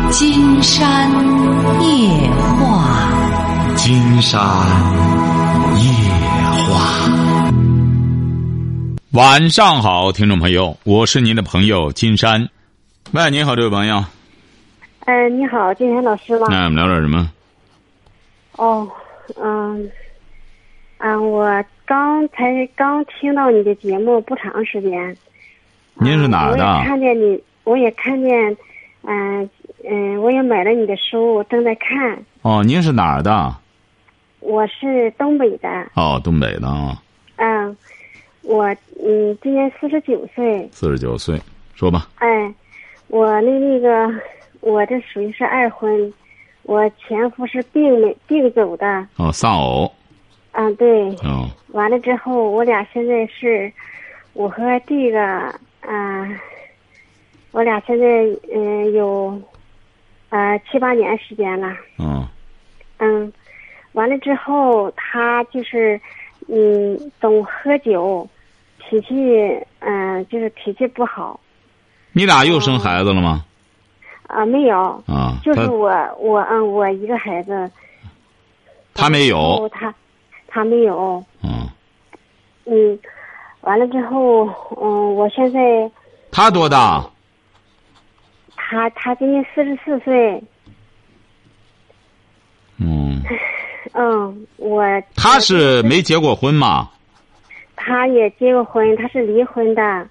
金山夜话， 金山夜话。晚上好，听众朋友，我是您的朋友金山。喂，你好，这位朋友。 你好，金山老师吗？ 那我们聊点什么？ 我刚听到你的节目不长时间。 您是哪儿的？ 我也看见，我也买了你的书，正在看。 哦，您是哪儿的？ 我是东北的。 哦，东北的啊。 我今年49岁。 49岁，说吧。 我我这属于是二婚，我前夫是病走的。 哦，丧偶。 对。 哦。 完了之后，我俩现在是，我和这个我俩现在有7、8年时间了。完了之后，他就是总喝酒，脾气就是脾气不好。 你俩又生孩子了吗？ 没有。就是我一个孩子。 他没有。 他没有。完了之后，我现在。 他多大？ 他今年44岁。 他是没结过婚吗？ 他也结过婚，他是离婚的。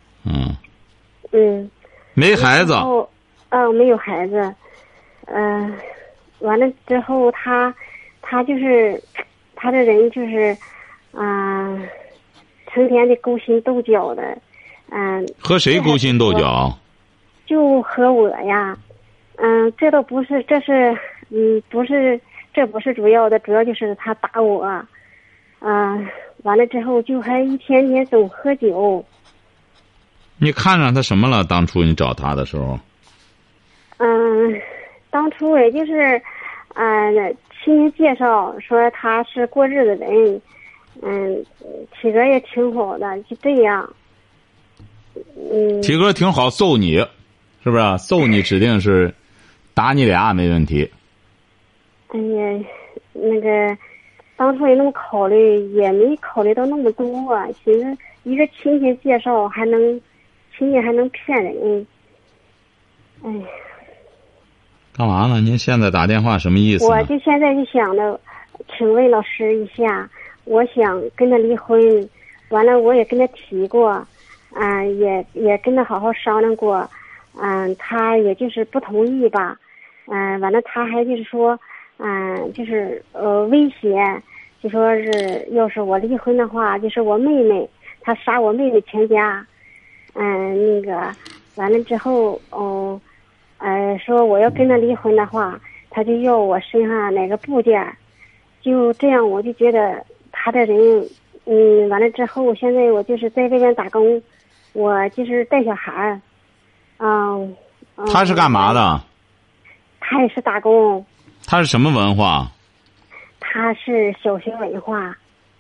没孩子。 没有孩子。完了之后，他就是他这人就是成天的勾心斗角的。 和谁勾心斗角？ 就和我呀。这倒不是，这是这不是主要的，主要就是他打我。完了之后就还一天天总喝酒。 你看上他什么了？当初你找他的时候？ 当初也就是亲戚介绍说他是过日子人，体格也挺好的，就这样。 体格挺好，揍你，是不是？揍你指定是打你俩没问题。 当初也那么考虑，也没考虑到那么多寻思一个亲戚介绍亲戚还能骗人。 干嘛呢？您现在打电话什么意思呢？ 我就现在就想着，请问老师一下，我想跟他离婚，完了我也跟他提过，也跟他好好商量过，他也就是不同意吧，完了他还就是说，就是威胁，就说是要是我离婚的话，就是我妹妹，他杀我妹妹全家，完了之后说我要跟他离婚的话，他就要我身上哪个部件，就这样我就觉得他的人，完了之后现在我就是在外边打工，我就是带小孩。 他是干嘛的？ 他也是打工。 他是什么文化？ 他是小学文化。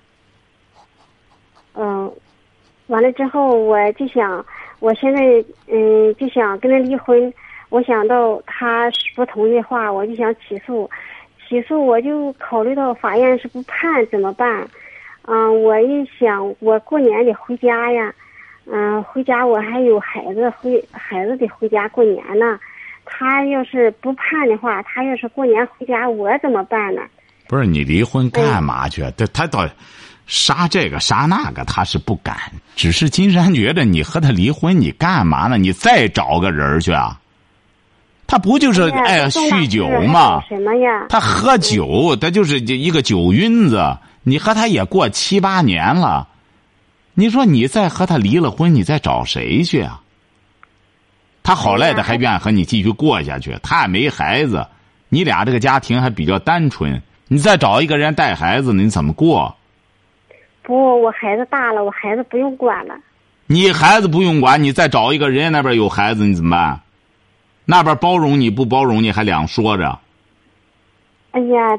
完了之后我就想，我现在就想跟他离婚。我想到他不同意的话，我就想起诉，我就考虑到法院是不判怎么办？我一想，我过年得回家呀，回家我还有孩子得回家过年呢。他要是不判的话，他要是过年回家，我怎么办呢？ 不是你离婚干嘛去？他倒杀这个杀那个，他是不敢。只是金山觉得你和他离婚，你干嘛呢？你再找个人去啊？他不就是酗酒吗？ 什么呀？ 他喝酒，他就是一个酒晕子。你和他也过7、8年了，你说你再和他离了婚，你再找谁去啊？他好赖的还愿意和你继续过下去，他也没孩子，你俩这个家庭还比较单纯，你再找一个人带孩子，你怎么过？ 不，我孩子大了，我孩子不用管了。 你孩子不用管，你再找一个人家那边有孩子，你怎么办？那边包容你不包容你还两说着。 哎呀，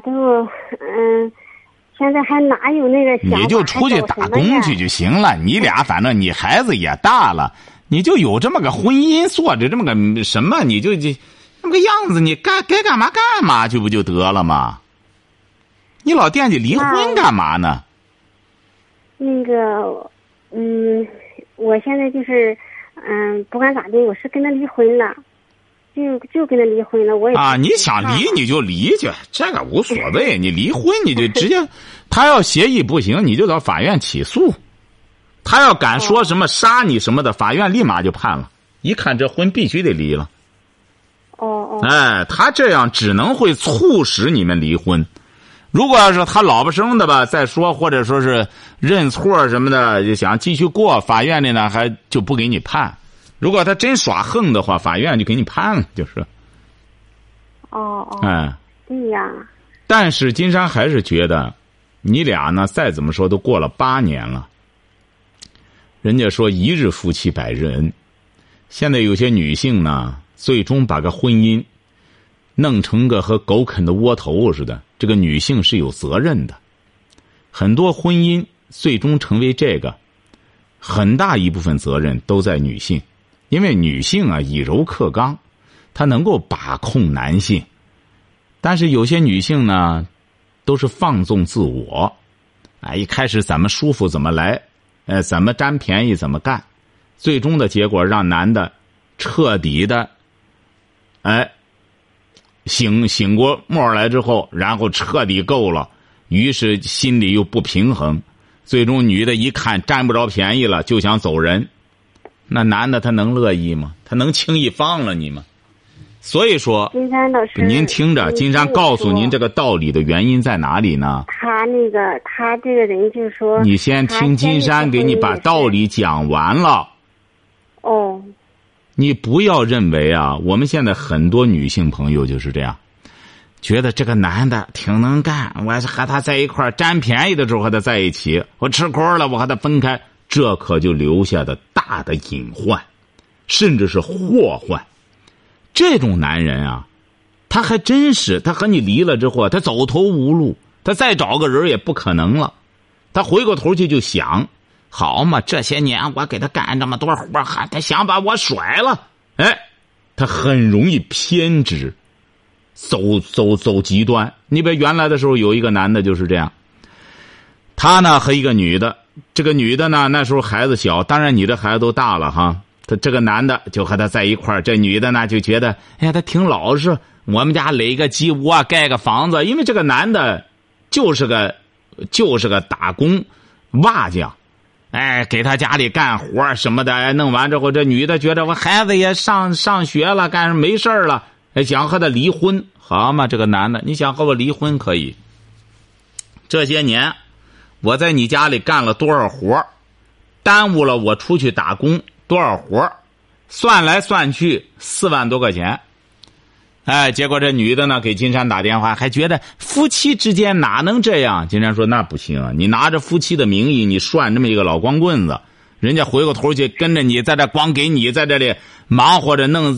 现在还哪有那个想法？ 你就出去打工去就行了。你俩反正你孩子也大了，你就有这么个婚姻，做着这么个什么，你就个样子，你该干嘛干嘛就不就得了吗？你老惦记离婚干嘛呢？ 那个，我现在就是，不管咋的，我是跟他离婚了，就跟他离婚了。我也你想离你就离去，这个无所谓。你离婚你就直接，他要协议不行，你就到法院起诉。他要敢说什么杀你什么的，法院立马就判了。一看这婚必须得离了。他这样只能会促使你们离婚。如果要是他老不生的吧，再说，或者说是认错什么的，就想继续过，法院里呢还就不给你判。如果他真耍横的话，法院就给你判了，就是。 对呀。 但是金山还是觉得，你俩呢再怎么说都过了8年了。人家说一日夫妻百日恩，现在有些女性呢，最终把个婚姻弄成个和狗啃的窝头似的，这个女性是有责任的。很多婚姻最终成为这个，很大一部分责任都在女性，因为女性啊以柔克刚，她能够把控男性。但是有些女性呢，都是放纵自我，一开始怎么舒服怎么来，怎么占便宜怎么干，最终的结果让男的彻底的，醒过沫来之后，然后彻底够了，于是心里又不平衡，最终女的一看占不着便宜了，就想走人。那男的他能乐意吗？他能轻易放了你吗？所以说， 金山老师， 您听着，金山告诉您这个道理的原因在哪里呢？ 他这个人就是说， 你先听金山给你把道理讲完了。你不要认为我们现在很多女性朋友就是这样，觉得这个男的挺能干，我还是和他在一块占便宜的时候和他在一起，我吃亏了我和他分开，这可就留下的大的隐患，甚至是祸患。这种男人他还真是，他和你离了之后，他走投无路，他再找个人也不可能了。他回过头去就想，好嘛，这些年我给他干这么多活，他想把我甩了，他很容易偏执，走极端。你比如原来的时候有一个男的就是这样，他呢和一个女的，这个女的呢那时候孩子小，当然你这孩子都大了哈。他这个男的就和他在一块儿，这女的呢就觉得，他挺老实，我们家垒个鸡窝，盖个房子，因为这个男的就是个打工瓦匠，给他家里干活什么的，弄完之后，这女的觉得我孩子也上学了，干什么没事了，想和他离婚，好嘛，这个男的，你想和我离婚可以，这些年我在你家里干了多少活，耽误了我出去打工多少活，算来算去4万多块钱。结果这女的呢给金山打电话，还觉得夫妻之间哪能这样。金山说那不行啊，你拿着夫妻的名义，你涮这么一个老光棍子，人家回过头去跟着你，在这光给你在这里忙活着弄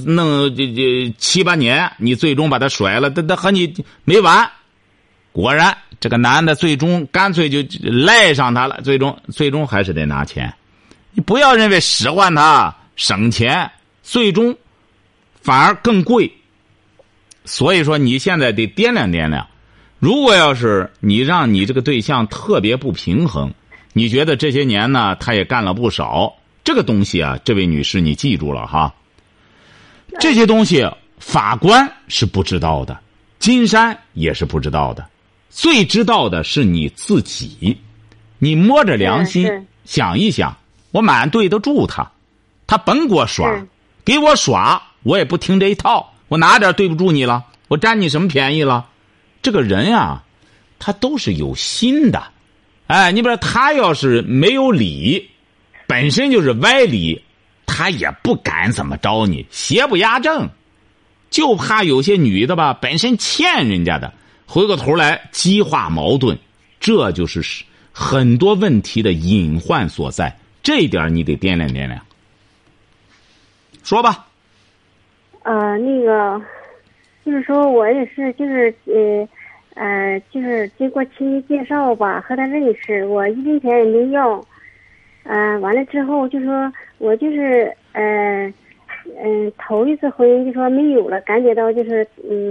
7、8年，你最终把他甩了，他和你没完。果然这个男的最终干脆就赖上他了，最终还是得拿钱。你不要认为使唤他省钱，最终反而更贵。所以说你现在得掂量掂量，如果要是你让你这个对象特别不平衡，你觉得这些年呢他也干了不少，这个东西这位女士你记住了哈，这些东西法官是不知道的，金山也是不知道的，最知道的是你自己。你摸着良心想一想，我满对得住他甭给我耍，给我耍我也不听这一套，我哪点对不住你了，我占你什么便宜了。这个人他都是有心的。你比如他要是没有理，本身就是歪理，他也不敢怎么着你，邪不压正。就怕有些女的吧，本身欠人家的，回过头来激化矛盾，这就是很多问题的隐患所在。这一点你得掂量掂量。说吧。 那个就是说我也是就是经过亲戚介绍吧，和他认识，我1分钱也没要。完了之后就说我就是头一次婚姻就说没有了，感觉到就是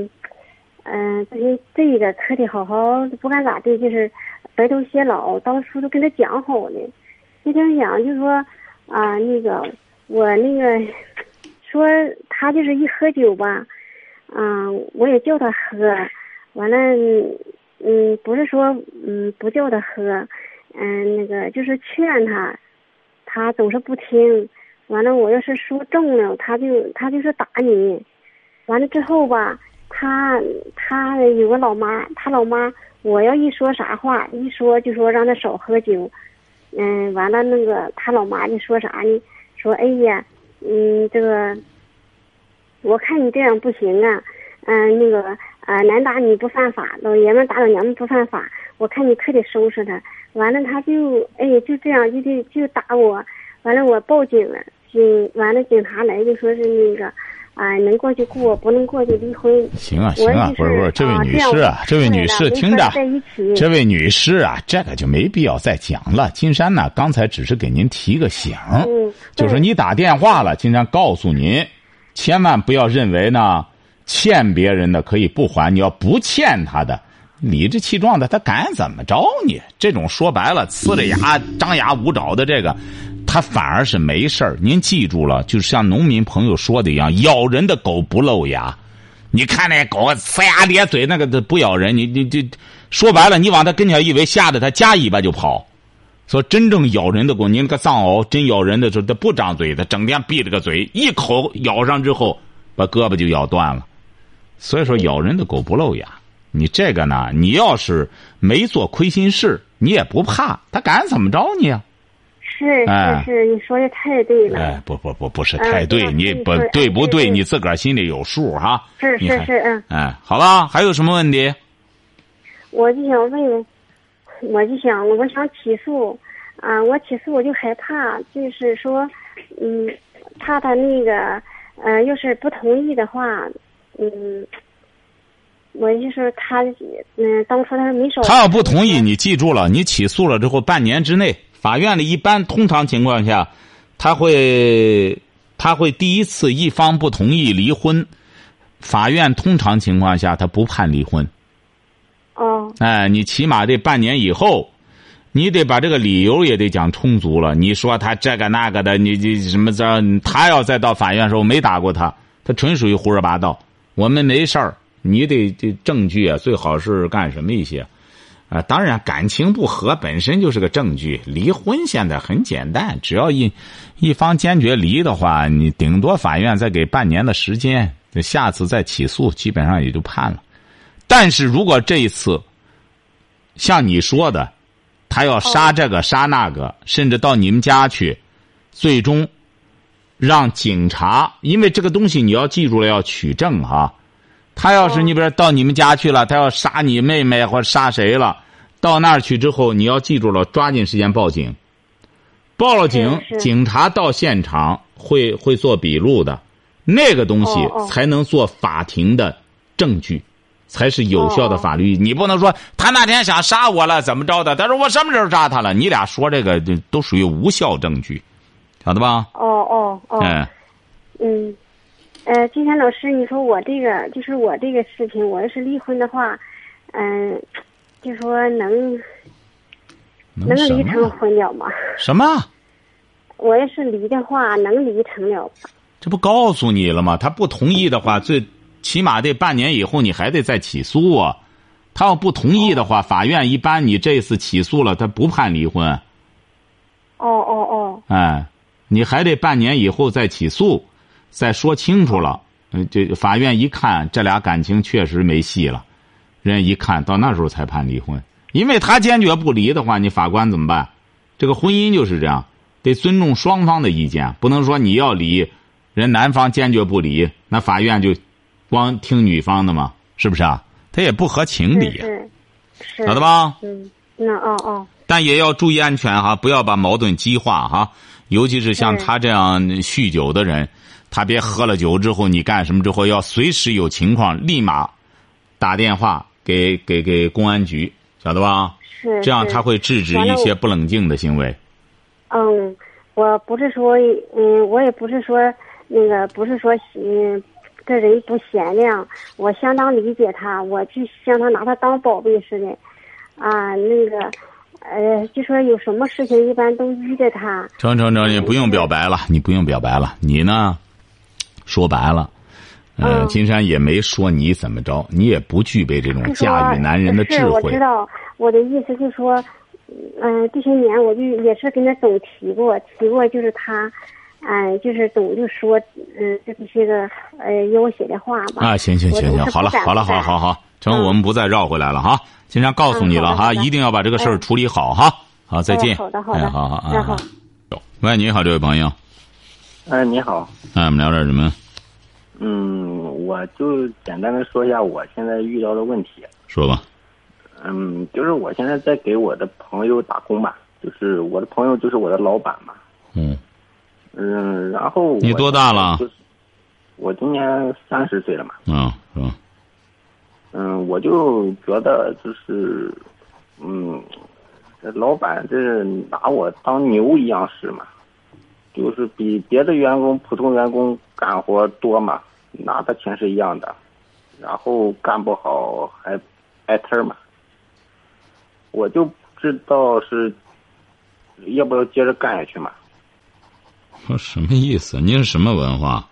这个可得好好不干咋地，就是白头偕老，到处都跟他讲好的。就这样讲，就说那个我那个说他就是一喝酒吧，我也叫他喝，完了不是说不叫他喝，那个就是劝他，他总是不听。完了我要是说重了，他就是打你。完了之后吧，他有个老妈，他老妈我要一说啥话，一说就说让他少喝酒。完了那个他老妈就说啥呢？说哎呀，这个我看你这样不行啊，那个男打女不犯法，老爷们打老娘们不犯法，我看你可得收拾他。完了他就就这样就打我，完了我报警了，完了警察来就说是那个能过去过，不能过去离婚。 行啊，不是，这位女士啊，这位女士听着，这位女士啊，这个就没必要再讲了。金山呢，刚才只是给您提个醒，就是你打电话了，金山告诉您，千万不要认为呢欠别人的可以不还，你要不欠他的，理直气壮的，他敢怎么着你？这种说白了，呲着牙张牙舞爪的这个。他反而是没事儿，您记住了，就像农民朋友说的一样，咬人的狗不露牙。你看那狗呲牙咧嘴，那个不咬人，你说白了，你往他跟前一围，吓得他夹尾巴就跑。说真正咬人的狗，您那个藏獒真咬人的时候，它不张嘴，它整天闭着个嘴，一口咬上之后，把胳膊就咬断了。所以说，咬人的狗不露牙。你这个呢，你要是没做亏心事，你也不怕，他敢怎么着你啊？ 是，你说的太对了。 不是太对，你对不对？你自个儿心里有数哈。 是， 好吧，还有什么问题？ 我就想问，我想起诉，我起诉我就害怕，就是说，怕他那个，要是不同意的话，我就是他，当初他没收。 他要不同意，你记住了，你起诉了之后，半年之内。法院里一般通常情况下，他会第一次一方不同意离婚，法院通常情况下他不判离婚。你起码这半年以后，你得把这个理由也得讲充足了。你说他这个那个的，你什么他要再到法院时候没打过他纯属于胡说八道。我们没事儿，你得这证据啊，最好是干什么一些。当然，感情不和本身就是个证据。离婚现在很简单，只要一方坚决离的话，你顶多法院再给半年的时间，下次再起诉，基本上也就判了。但是如果这一次像你说的，他要杀这个杀那个，甚至到你们家去，最终让警察，因为这个东西你要记住了，要取证哈。他要是你比如到你们家去了，他要杀你妹妹或者杀谁了，到那儿去之后，你要记住了，抓紧时间报警。报了警，警察到现场会做笔录的，那个东西才能做法庭的证据，才是有效的法律。你不能说他那天想杀我了怎么着的，他说我什么时候杀他了，你俩说这个都属于无效证据，晓得吧？ 金山老师，你说我这个就是我这个事情，我要是离婚的话，就说能离成婚了吗？ 什么？ 我要是离的话，能离成了？ 这不告诉你了吗？他不同意的话，最起码得半年以后你还得再起诉啊。他要不同意的话，法院一般你这次起诉了，他不判离婚。你还得半年以后再起诉。再说清楚了，这法院一看这俩感情确实没戏了，人一看到那时候才判离婚。因为他坚决不离的话，你法官怎么办？这个婚姻就是这样，得尊重双方的意见，不能说你要离，人男方坚决不离，那法院就光听女方的嘛，是不是啊？他也不合情理啊，晓得吧？但也要注意安全哈，不要把矛盾激化哈，尤其是像他这样酗酒的人。他别喝了酒之后你干什么之后要随时有情况立马打电话给公安局，晓得吧？这样他会制止一些不冷静的行为。 我不是说我也不是说那个不是说这人不贤良，我相当理解他，我就像他拿他当宝贝似的，啊，那个就说有什么事情一般都依着他。 成，你不用表白了，你呢，说白了。金山也没说你怎么着，你也不具备这种驾驭男人的智慧。 是，我知道，我的意思就是说，这些年我就也是跟他总提过，就是他，就是总就说，这些个要挟的话吧。 啊，行，好了，成，我们不再绕回来了哈。金山告诉你了哈，一定要把这个事儿处理好哈。好，再见。 好的， 好。喂，你好，这位朋友。 你好。 我们聊点什么？ 我就简单的说一下我现在遇到的问题。 说吧。 就是我现在在给我的朋友打工吧，就是我的朋友就是我的老板嘛。然后你多大了？ 我今年30岁了嘛。 是吧？ 我就觉得就是，这老板这拿我当牛一样使嘛，就是比别的员工普通员工干活多嘛，拿的钱是一样的，然后干不好还挨疼嘛。我就不知道是要不要接着干下去嘛。 什么意思？您是什么文化？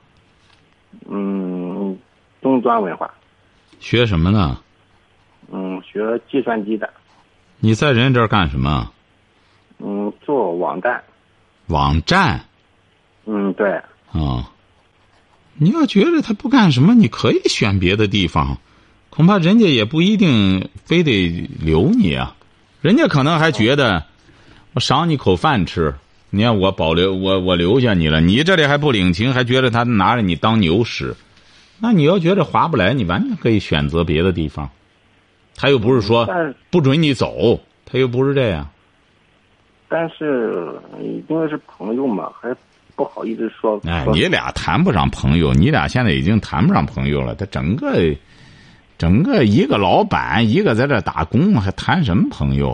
中专文化。 学什么呢？ 学计算机的。 你在人这儿干什么？ 做网站。 网站？ 对。 你要觉得他不干什么，你可以选别的地方，恐怕人家也不一定非得留你啊。人家可能还觉得我赏你口饭吃，你看我保留我留下你了，你这里还不领情，还觉得他拿着你当牛使。那你要觉得划不来，你完全可以选择别的地方。他又不是说不准你走，他又不是这样。 但是因为是朋友嘛，还不好意思说。 你俩谈不上朋友，你俩现在已经谈不上朋友了。他整个一个老板，一个在这打工，还谈什么朋友？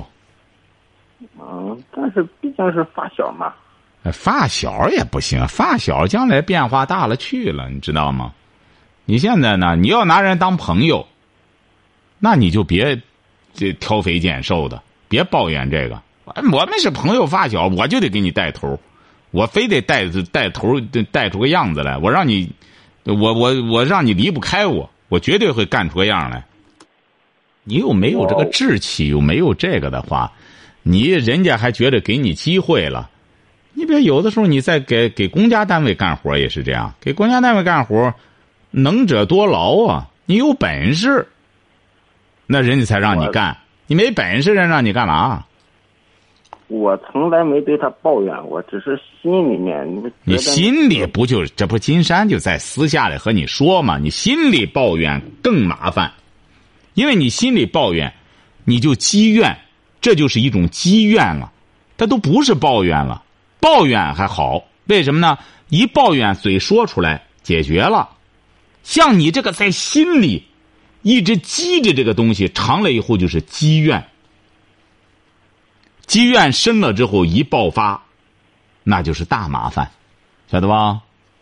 但是毕竟是发小嘛。 发小也不行，发小将来变化大了去了，你知道吗？你现在呢，你要拿人当朋友，那你就别挑肥拣瘦的，别抱怨这个。我们是朋友发小，我就得给你带头，我非得带头带出个样子来，我让你，我让你离不开我绝对会干出个样来。你又没有这个志气，又没有这个的话，人家还觉得给你机会了。你别有的时候你在给公家单位干活也是这样，给公家单位干活，能者多劳啊！你有本事，那人家才让你干；你没本事，人让你干嘛？ 我从来没对他抱怨，我只是心里面。 你心里不就这不金山就在私下里和你说嘛？你心里抱怨更麻烦，因为你心里抱怨，你就积怨，这就是一种积怨了。它都不是抱怨了，抱怨还好，为什么呢？一抱怨嘴说出来解决了。像你这个在心里一直积着这个东西，长了以后就是积怨。积怨深了之后一爆发，那就是大麻烦，晓得吧？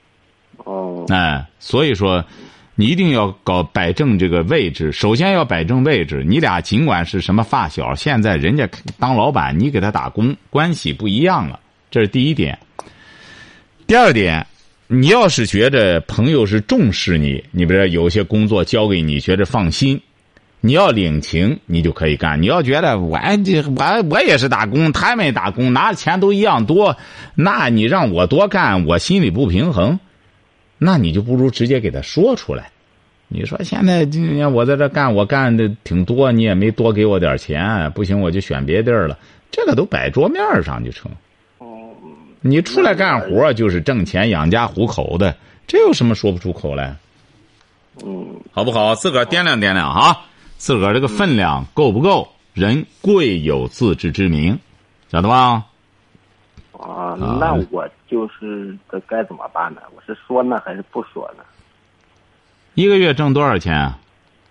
所以说你一定要摆正这个位置，首先要摆正位置。你俩尽管是什么发小，现在人家当老板，你给他打工，关系不一样了，这是第一点。第二点，你要是觉得朋友是重视你，你比如说有些工作交给你，觉得放心，你要领情，你就可以干。你要觉得我也是打工，他没打工，拿的钱都一样多，那你让我多干，我心里不平衡，那你就不如直接给他说出来。你说现在我在这干，我干的挺多，你也没多给我点钱，不行我就选别地儿了，这个都摆桌面上就成。你出来干活就是挣钱养家糊口的，这有什么说不出口来？好不好？自个儿掂量掂量哈，自个儿这个分量够不够？人贵有自知之明，晓得吧？ 那我就是该怎么办呢？我是说呢还是不说呢？ 一个月挣多少钱啊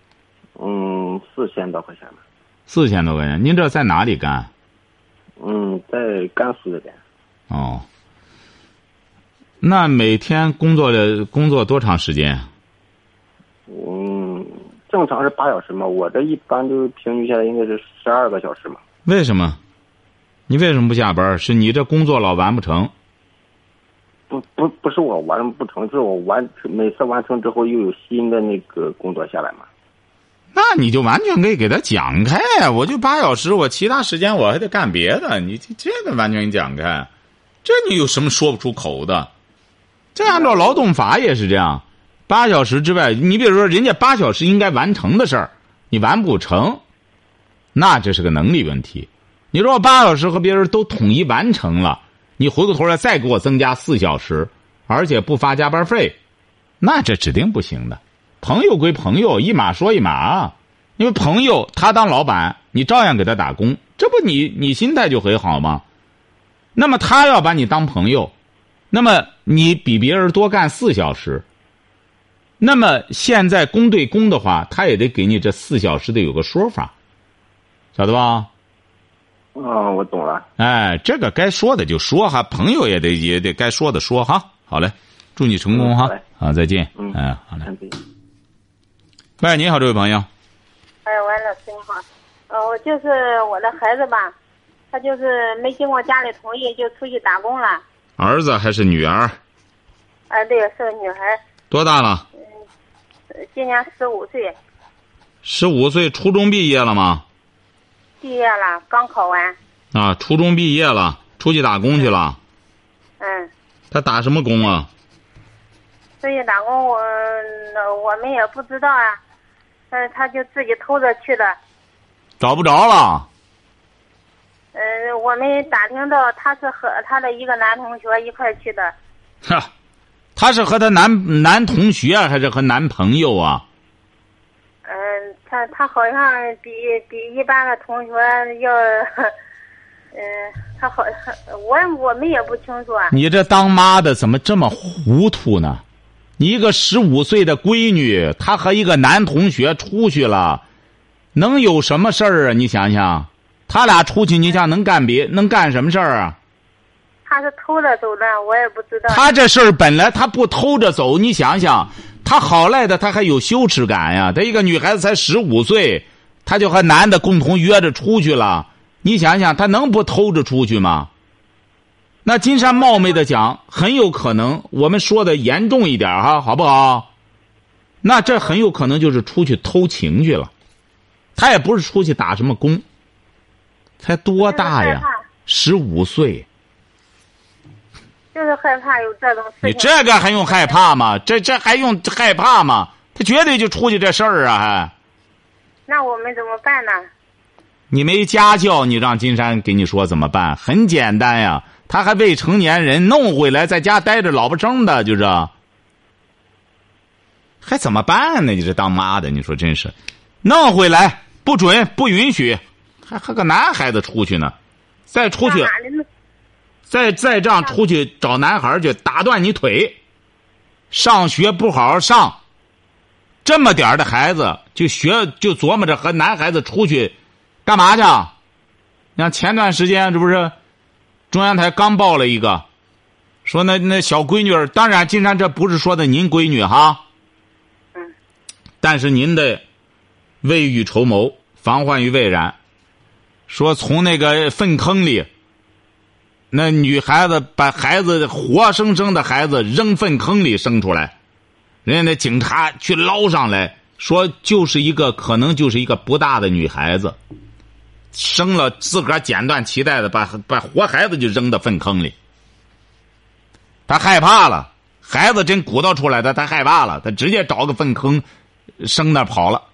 ？4000多块钱呢。 4000多块钱，您这在哪里干？ 在甘肃这边。 那每天工作多长时间？ 正常是8小时嘛，我这一般就平均下来应该是12个小时嘛。 为什么？你为什么不下班？是你这工作老完不成？ 不是我完不成，是我每次完成之后又有新的那个工作下来嘛。 那你就完全可以给他讲开呀！我就8小时，我其他时间我还得干别的，你这个完全讲开，这你有什么说不出口的？这按照劳动法也是这样，8小时之外，你比如说人家8小时应该完成的事儿，你完不成，那这是个能力问题。你说我8小时和别人都统一完成了，你回过头来再给我增加4小时，而且不发加班费，那这指定不行的。朋友归朋友，一码说一码，因为朋友他当老板，你照样给他打工，这不你心态就很好吗？那么他要把你当朋友，那么你比别人多干4小时，那么现在公对公的话，他也得给你这4小时的有个说法，晓得吧？ 我懂了。 哎，这个该说的就说哈，朋友也得该说的说哈。好嘞，祝你成功哈。好，再见。好嘞。喂，你好，这位朋友。 喂，老师你好。我就是我的孩子吧，他就是没经过家里同意就出去打工了。 儿子还是女儿？ 对，是个女孩。 多大了？ 今年15岁。 15岁，初中毕业了吗？ 毕业了，刚考完。 啊，初中毕业了，出去打工去了。他打什么工啊？ 出去打工，我们也不知道啊。他就自己偷着去的。 找不着了。 我们打听到他是和他的一个男同学一块去的。 他是和他男同学还是和男朋友啊？ 他好像比一般的同学要，他好像我们也不清楚啊。 你这当妈的怎么这么糊涂呢？你一个15岁的闺女，她和一个男同学出去了，能有什么事儿啊？你想想，他俩出去，你想能干什么事儿啊？ 他是偷着走的，我也不知道。 他这事儿本来他不偷着走，你想想，他好赖的他还有羞耻感呀。他一个女孩子才15岁，他就和男的共同约着出去了。你想想，他能不偷着出去吗？那金山冒昧的讲，很有可能，我们说的严重一点哈，好不好？那这很有可能就是出去偷情去了。他也不是出去打什么工，才多大呀？15岁。 就是害怕有这种事情。 你这个还用害怕吗？这还用害怕吗？他绝对就出去这事儿啊！还。 那我们怎么办呢？ 你没家教，你让金山给你说怎么办？很简单呀，他还未成年人，弄回来在家待着老婆生的，就是。还怎么办呢？你这当妈的，你说真是，弄回来不准不允许，还和个男孩子出去呢，再出去。再这样出去找男孩去，打断你腿，上学不好好上，这么点的孩子就琢磨着和男孩子出去干嘛去？像前段时间这不是中央台刚报了一个，说那小闺女，当然金山这不是说的您闺女哈，但是您的未雨绸缪，防患于未然，说从那个粪坑里。那女孩子把孩子活生生的孩子扔粪坑里生出来，人家那警察去捞上来，说可能就是一个不大的女孩子，生了自个儿剪断脐带的，把活孩子就扔到粪坑里。他害怕了，孩子真鼓捣出来的，他害怕了，他直接找个粪坑生那跑了。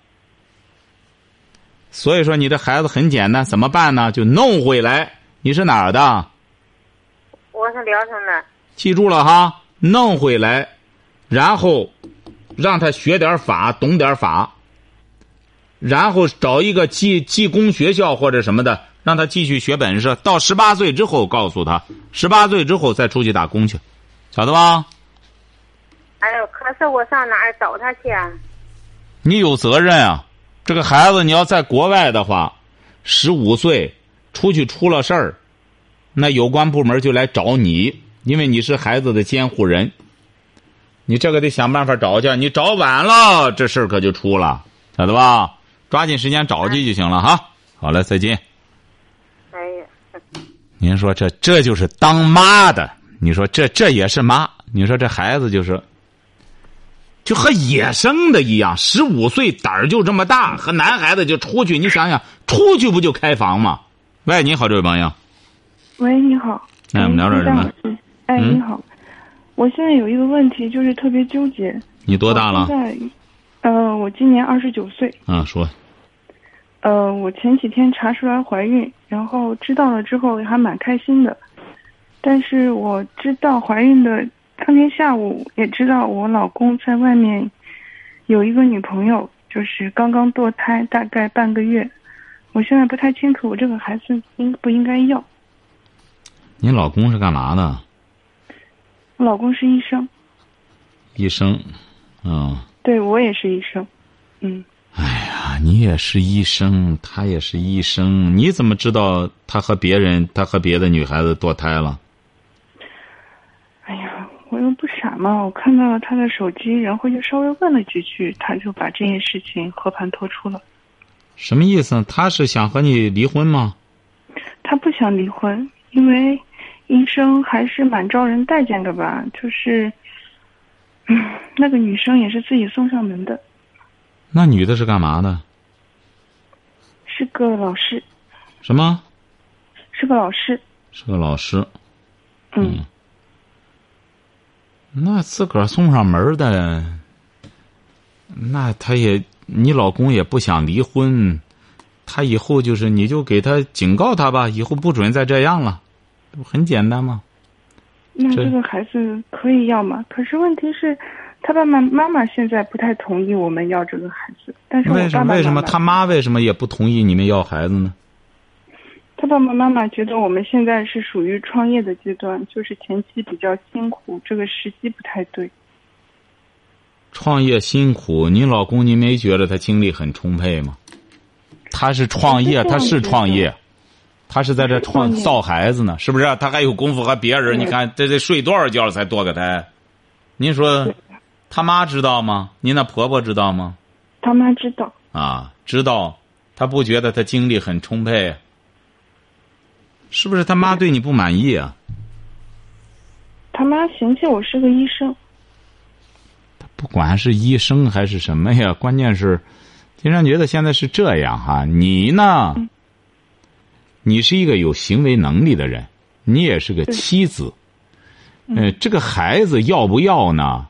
所以说你这孩子很简单，怎么办呢？就弄回来。你是哪儿的？ 我是聊城的。 记住了哈，弄回来，然后让他学点法，懂点法，然后找一个技工学校或者什么的，让他继续学本事。到18岁之后，告诉他，18岁之后再出去打工去，晓得吧？ 哎呦，可是我上哪儿找他去啊？ 你有责任啊！这个孩子你要在国外的话，15岁出去出了事儿。那有关部门就来找你， 因为你是孩子的监护人，你这个得想办法找去，你找晚了这事儿可就出了，晓得吧？抓紧时间找去就行了哈。好了，再见。 哎呀， 您说这就是当妈的，你说这也是妈，你说这孩子就和野生的一样，15岁胆儿就这么大，和男孩子就出去，你想想，出去不就开房吗？喂，你好，这位朋友。 喂，你好。 我们聊点什么？ 你好，我现在有一个问题，就是特别纠结。 你多大了？ 我今年29岁。 说。 我前几天查出来怀孕，然后知道了之后还蛮开心的，但是我知道怀孕的当天下午也知道我老公在外面有一个女朋友，就是刚刚堕胎大概半个月，我现在不太清楚我这个孩子应不应该要。 您老公是干嘛的？ 我老公是医生。 医生， 对，我也是医生。 哎呀，你也是医生，他也是医生，你怎么知道他和别的女孩子堕胎了？ 哎呀，我又不傻嘛，我看到了他的手机，然后就稍微问了几句，他就把这件事情和盘托出了。 什么意思？他是想和你离婚吗？ 他不想离婚，因为医生还是蛮招人待见的吧，就是那个女生也是自己送上门的。 那女的是干嘛的？ 是个老师。 什么？ 是个老师。 是个老师。那自个儿送上门的，那你老公也不想离婚，他以后你就给他警告他吧，以后不准再这样了，不很简单吗？ 那这个孩子可以要吗？可是问题是他爸爸妈妈现在不太同意我们要这个孩子，但是我爸爸妈妈为什么他妈为什么也不同意你们要孩子呢？ 他爸爸妈妈觉得我们现在是属于创业的阶段，就是前期比较辛苦，这个时机不太对。 创业辛苦，你老公你没觉得他精力很充沛吗？他是创业，他是创业，他是在这造孩子呢，是不是？他还有功夫和别人，你看这睡多少觉才堕个胎？您说他妈知道吗？您那婆婆知道吗？ 他妈知道。 知道，他不觉得他精力很充沛？是不是他妈对你不满意啊？ 他妈嫌弃我是个医生。 不管是医生还是什么呀，关键是经常觉得现在是这样哈，你呢，你是一个有行为能力的人，你也是个妻子，这个孩子要不要呢？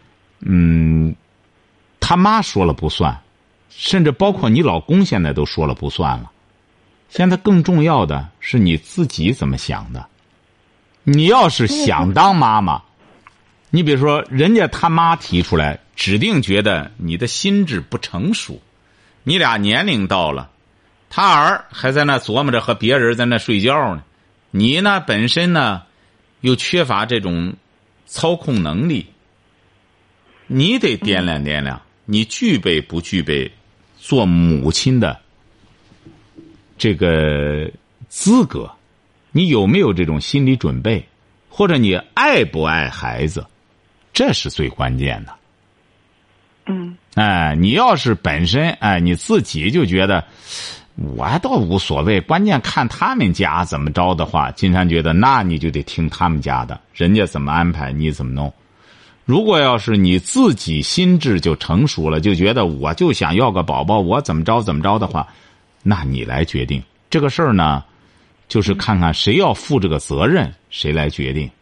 他妈说了不算，甚至包括你老公现在都说了不算了。现在更重要的是你自己怎么想的。你要是想当妈妈，你比如说人家他妈提出来，指定觉得你的心智不成熟，你俩年龄到了，他儿还在那琢磨着和别人在那睡觉呢，你呢本身呢又缺乏这种操控能力，你得掂量掂量，你具备不具备做母亲的这个资格，你有没有这种心理准备，或者你爱不爱孩子，这是最关键的。你要是本身你自己就觉得我倒无所谓，关键看他们家怎么着的话，金山觉得那你就得听他们家的，人家怎么安排你怎么弄。如果要是你自己心智就成熟了，就觉得我就想要个宝宝，我怎么着怎么着的话，那你来决定这个事儿呢，就是看看谁要负这个责任，谁来决定。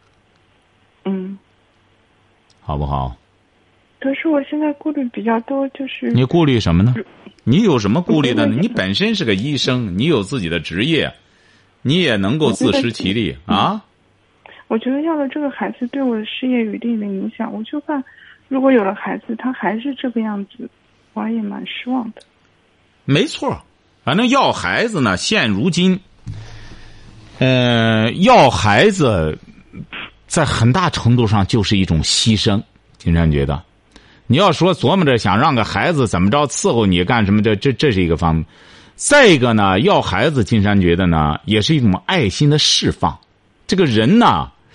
好不好？ 可是我现在顾虑比较多，就是你顾虑什么呢？你有什么顾虑的呢？你本身是个医生，你有自己的职业，你也能够自食其力啊。 我觉得要了这个孩子对我的事业有一定的影响，我就怕如果有了孩子他还是这个样子，我也蛮失望的。 没错，反正要孩子呢，现如今要孩子在很大程度上就是一种牺牲。金山觉得你要说琢磨着想让个孩子怎么着伺候你干什么，这是一个方面。再一个呢，要孩子金山觉得呢也是一种爱心的释放。这个人呢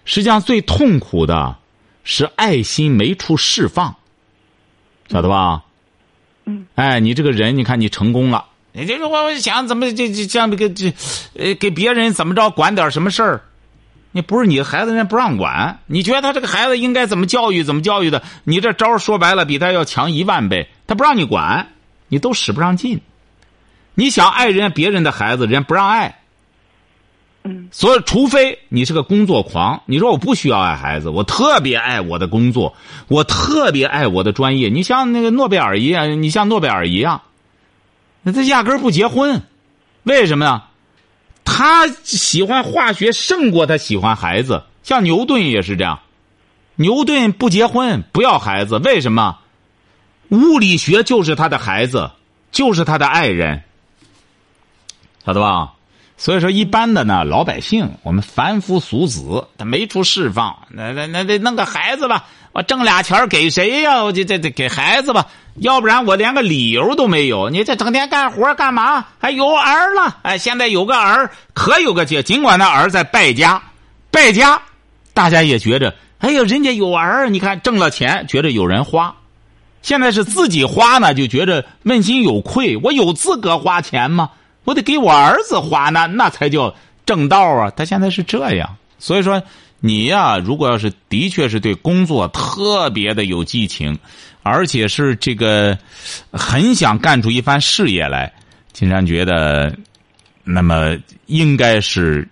实际上最痛苦的是爱心没处释放，晓得吧？哎，你这个人，你看你成功了，你这我想怎么这像给别人怎么着管点什么事儿，你不是你的孩子，人不让管，你觉得他这个孩子应该怎么教育的，你这招说白了比他要强10000倍，他不让你管，你都使不上劲。你想爱人家别人的孩子，人家不让爱。所以除非你是个工作狂，你说我不需要爱孩子，我特别爱我的工作，我特别爱我的专业。你像那个诺贝尔一样，你像诺贝尔一样，那他压根儿不结婚，为什么呢？他喜欢化学胜过他喜欢孩子。像牛顿也是这样，牛顿不结婚，不要孩子，为什么？物理学就是他的孩子，就是他的爱人，晓得吧？所以说，一般的呢，老百姓，我们凡夫俗子，他没处释放，那得弄个孩子吧，我挣俩钱给谁呀？我这给孩子吧，要不然我连个理由都没有。你这整天干活干嘛？还有儿了？哎，现在有个儿，可有个姐，尽管那儿在败家，大家也觉着，哎呦，人家有儿，你看挣了钱，觉着有人花。现在是自己花呢，就觉着问心有愧，我有资格花钱吗？我得给我儿子花呢，那才叫正道啊！他现在是这样，所以说你呀，如果要是的确是对工作特别的有激情，而且是这个很想干出一番事业来，金山觉得，那么应该是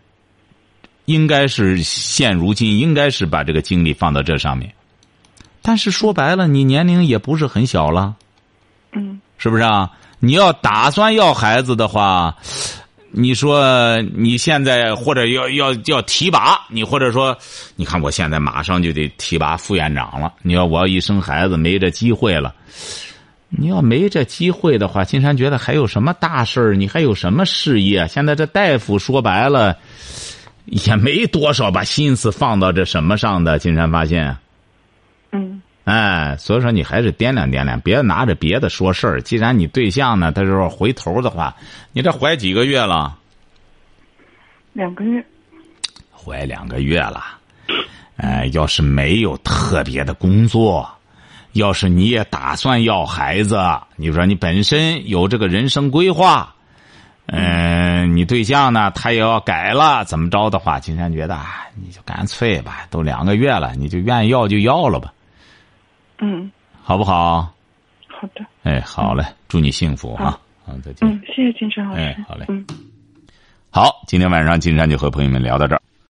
现如今应该是把这个精力放到这上面。但是说白了，你年龄也不是很小了，是不是啊？你要打算要孩子的话，你说你现在或者要提拔你，或者说你看我现在马上就得提拔副院长了，你要我要一生孩子没这机会了，你要没这机会的话，金山觉得还有什么大事儿？你还有什么事业？现在这大夫说白了也没多少把心思放到这什么上的，金山发现。哎，所以说你还是掂量，别拿着别的说事儿。既然你对象呢，他就是回头的话，你这怀几个月了？2个月。怀2个月了，要是没有特别的工作，要是你也打算要孩子，你说你本身有这个人生规划，你对象呢他也要改了，怎么着的话，金山觉得你就干脆吧，都2个月了，你就愿意要就要了吧。好不好？好的。哎，好嘞，祝你幸福啊！好，再见。谢谢金山老师。哎，好嘞。好，今天晚上金山就和朋友们聊到这儿。